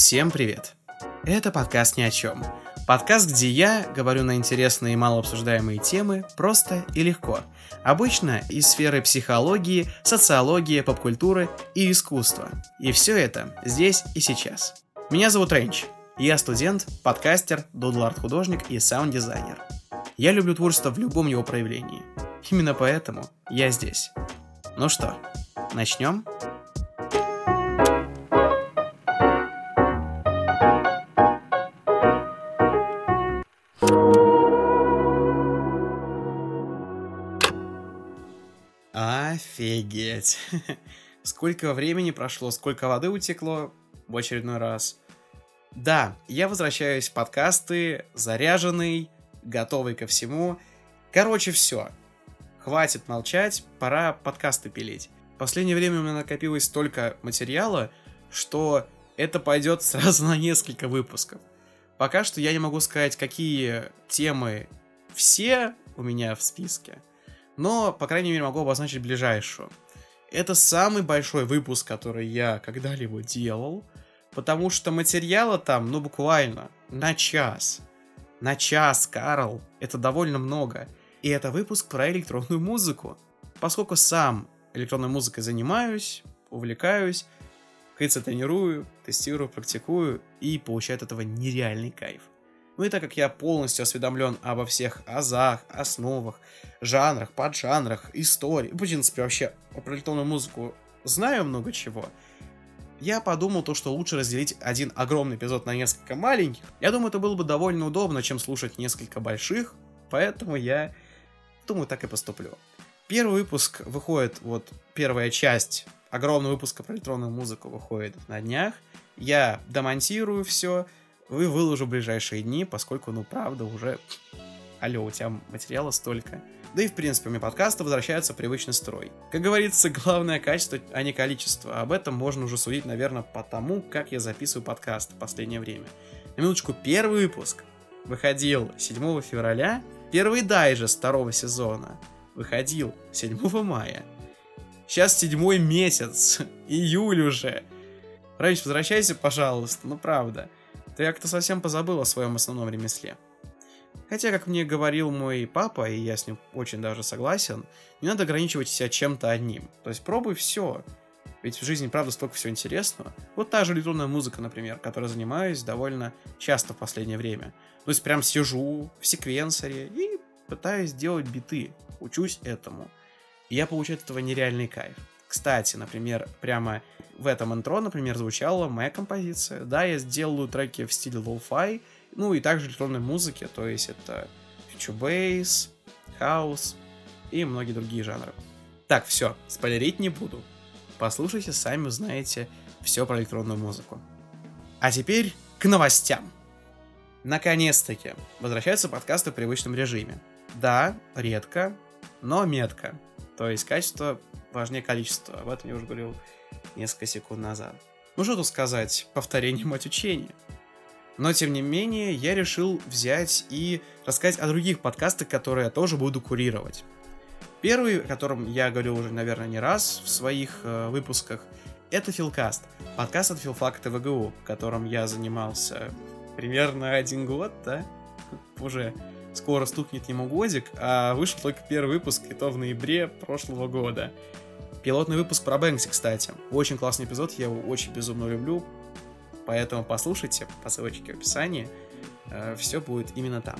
Всем привет! Это подкаст «Ни о чем». Подкаст, где я говорю на интересные и малообсуждаемые темы просто и легко. Обычно из сферы психологии, социологии, поп-культуры и искусства. И все это здесь и сейчас. Меня зовут Ренч. Я студент, подкастер, дудл-арт-художник и саунд-дизайнер. Я люблю творчество в любом его проявлении. Именно поэтому я здесь. Ну что, начнем? Офигеть. Сколько времени прошло, сколько воды утекло в очередной раз. Да, я возвращаюсь в подкасты, заряженный, готовый ко всему. Короче, все. Хватит молчать, пора подкасты пилить. В последнее время у меня накопилось столько материала, что это пойдет сразу на несколько выпусков. Пока что я не могу сказать, какие темы все у меня в списке. Но, по крайней мере, могу обозначить ближайшую. Это самый большой выпуск, который я когда-либо делал, потому что материала там, буквально на час. На час, Карл. Это довольно много. И это выпуск про электронную музыку. Поскольку сам электронной музыкой занимаюсь, увлекаюсь, тренирую, тестирую, практикую и получаю от этого нереальный кайф. Ну и так как я полностью осведомлен обо всех азах, основах, жанрах, поджанрах, истории, в принципе, вообще про электронную музыку знаю много чего, я подумал что лучше разделить один огромный эпизод на несколько маленьких. Я думаю, это было бы довольно удобно, чем слушать несколько больших, поэтому я думаю, так и поступлю. Первый выпуск выходит, первая часть огромного выпуска про электронную музыку выходит на днях. Я домонтирую все, выложу в ближайшие дни, поскольку, правда, уже... Алло, у тебя материала столько. Да и, в принципе, у меня подкасты возвращаются в привычный строй. Как говорится, главное качество, а не количество. Об этом можно уже судить, наверное, по тому, как я записываю подкасты в последнее время. На минуточку, первый выпуск выходил 7 февраля. Первый дайджест второго сезона выходил 7 мая. Сейчас 7 месяц, июль уже. Раньше возвращайся, пожалуйста, правда. Ты как-то совсем позабыл о своем основном ремесле. Хотя, как мне говорил мой папа, и я с ним очень даже согласен, не надо ограничивать себя чем-то одним. То есть пробуй все. Ведь в жизни, правда, столько всего интересного. Вот та же электронная музыка, например, которой занимаюсь довольно часто в последнее время. То есть прям сижу в секвенсоре и пытаюсь делать биты. Учусь этому. И я получаю от этого нереальный кайф. Кстати, например, прямо в этом интро, звучала моя композиция. Да, я сделаю треки в стиле лоу-фай, и также электронной музыки, то есть это фьючербейс, хаус и многие другие жанры. Так, все, спойлерить не буду. Послушайте, сами узнаете все про электронную музыку. А теперь к новостям. Наконец-таки возвращаются подкасты в привычном режиме. Да, редко, но метко. То есть качество важнее количества. Об этом я уже говорил несколько секунд назад. Что тут сказать? Повторение мать учения. Но, тем не менее, я решил взять и рассказать о других подкастах, которые я тоже буду курировать. Первый, о котором я говорил уже, наверное, не раз в своих выпусках, это Филкаст. Подкаст от филфака ВГУ, которым я занимался примерно 1 год, да? Уже скоро стукнет ему годик, а вышел только первый выпуск, и то в ноябре прошлого года. Пилотный выпуск про Бэнкси, кстати. Очень классный эпизод, я его очень безумно люблю. Поэтому послушайте по ссылочке в описании. Все будет именно там.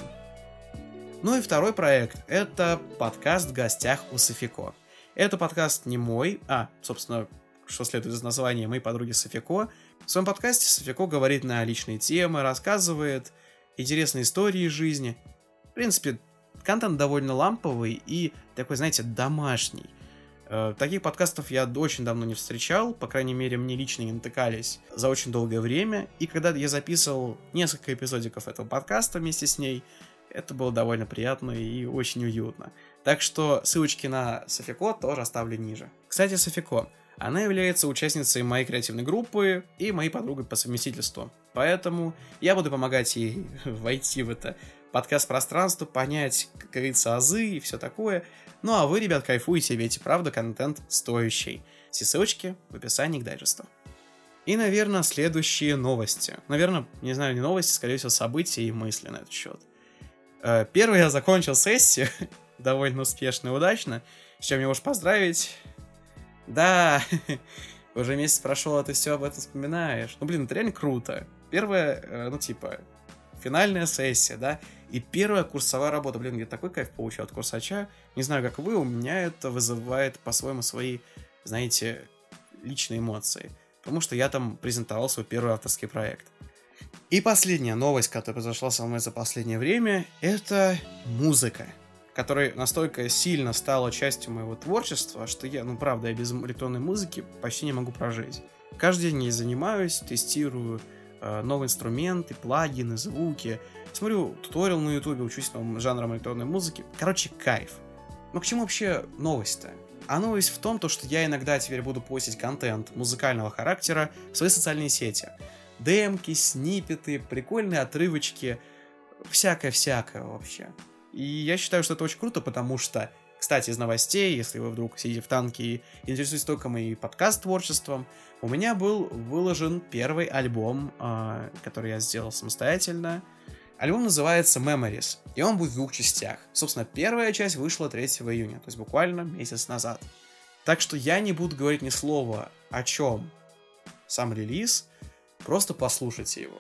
И второй проект — это подкаст «В гостях у Софико». Это подкаст не мой, собственно, что следует из названия, моей подруги Софико. В своем подкасте Софико говорит на личные темы, рассказывает интересные истории из жизни. В принципе, контент довольно ламповый и такой, знаете, домашний. Таких подкастов я очень давно не встречал, по крайней мере, мне лично не натыкались за очень долгое время, и когда я записывал несколько эпизодиков этого подкаста вместе с ней, это было довольно приятно и очень уютно. Так что ссылочки на Софико тоже оставлю ниже. Кстати, Софико, она является участницей моей креативной группы и моей подругой по совместительству, поэтому я буду помогать ей войти в это подкаст-пространство, понять, как говорится, азы и все такое. А вы, ребят, кайфуйте, ведь правда контент стоящий. Все ссылочки в описании к дайджесту. И, наверное, следующие новости. Наверное, не знаю, не новости, скорее всего, события и мысли на этот счет. Первый, я закончил сессию довольно успешно и удачно, с чем меня можешь поздравить. Да, уже месяц прошел, а ты все об этом вспоминаешь. Ну, блин, это реально круто. Первая, финальная сессия, да, и первая курсовая работа. Блин, я такой кайф получил от курсача. Не знаю, как вы, у меня это вызывает по-своему свои, знаете, личные эмоции. Потому что я там презентовал свой первый авторский проект. И последняя новость, которая произошла со мной за последнее время, это музыка, которая настолько сильно стала частью моего творчества, что я, правда, я без электронной музыки почти не могу прожить. Каждый день я занимаюсь, тестирую новые инструменты, плагины, звуки, смотрю туториал на ютубе, учусь новым жанрам электронной музыки. Короче, кайф. Но к чему вообще новость-то? А новость в том, что я иногда теперь буду постить контент музыкального характера в свои социальные сети. Демки, сниппеты, прикольные отрывочки, всякое-всякое вообще. И я считаю, что это очень круто, потому что, кстати, из новостей, если вы вдруг сидите в танке и интересуетесь только моим подкаст-творчеством, у меня был выложен первый альбом, который я сделал самостоятельно. Альбом называется Memories, и он будет в 2 частях. Собственно, первая часть вышла 3 июня, то есть буквально месяц назад. Так что я не буду говорить ни слова о чем сам релиз, просто послушайте его.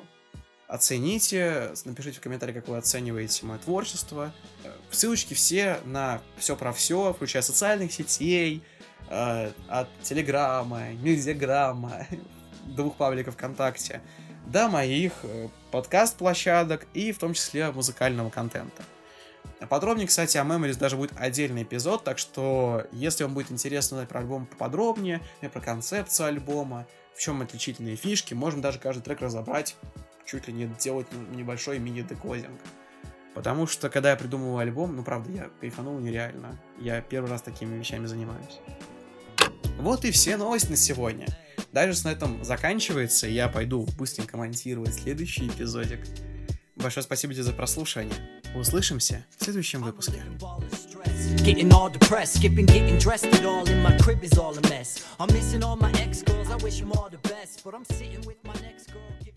Оцените, напишите в комментариях, как вы оцениваете мое творчество. Ссылочки все на все про все, включая социальных сетей, от Телеграма, Мюзиграма, 2 пабликов ВКонтакте, до моих подкаст-площадок и в том числе музыкального контента. Подробнее, кстати, о Memories даже будет отдельный эпизод, так что, если вам будет интересно узнать про альбом поподробнее, про концепцию альбома, в чем отличительные фишки, можем даже каждый трек разобрать, чуть ли не делать небольшой мини-декодинг. Потому что, когда я придумывал альбом, правда, я кайфанул нереально. Я первый раз такими вещами занимаюсь. Вот и все новости на сегодня. Дальше на этом заканчивается, и я пойду быстренько монтировать следующий эпизодик. Большое спасибо тебе за прослушивание. Услышимся в следующем выпуске. Getting all depressed, getting dressed at all in my crib is all a mess. I'm missing all my ex-girls, I wish them all the best, but I'm sitting with my next girl.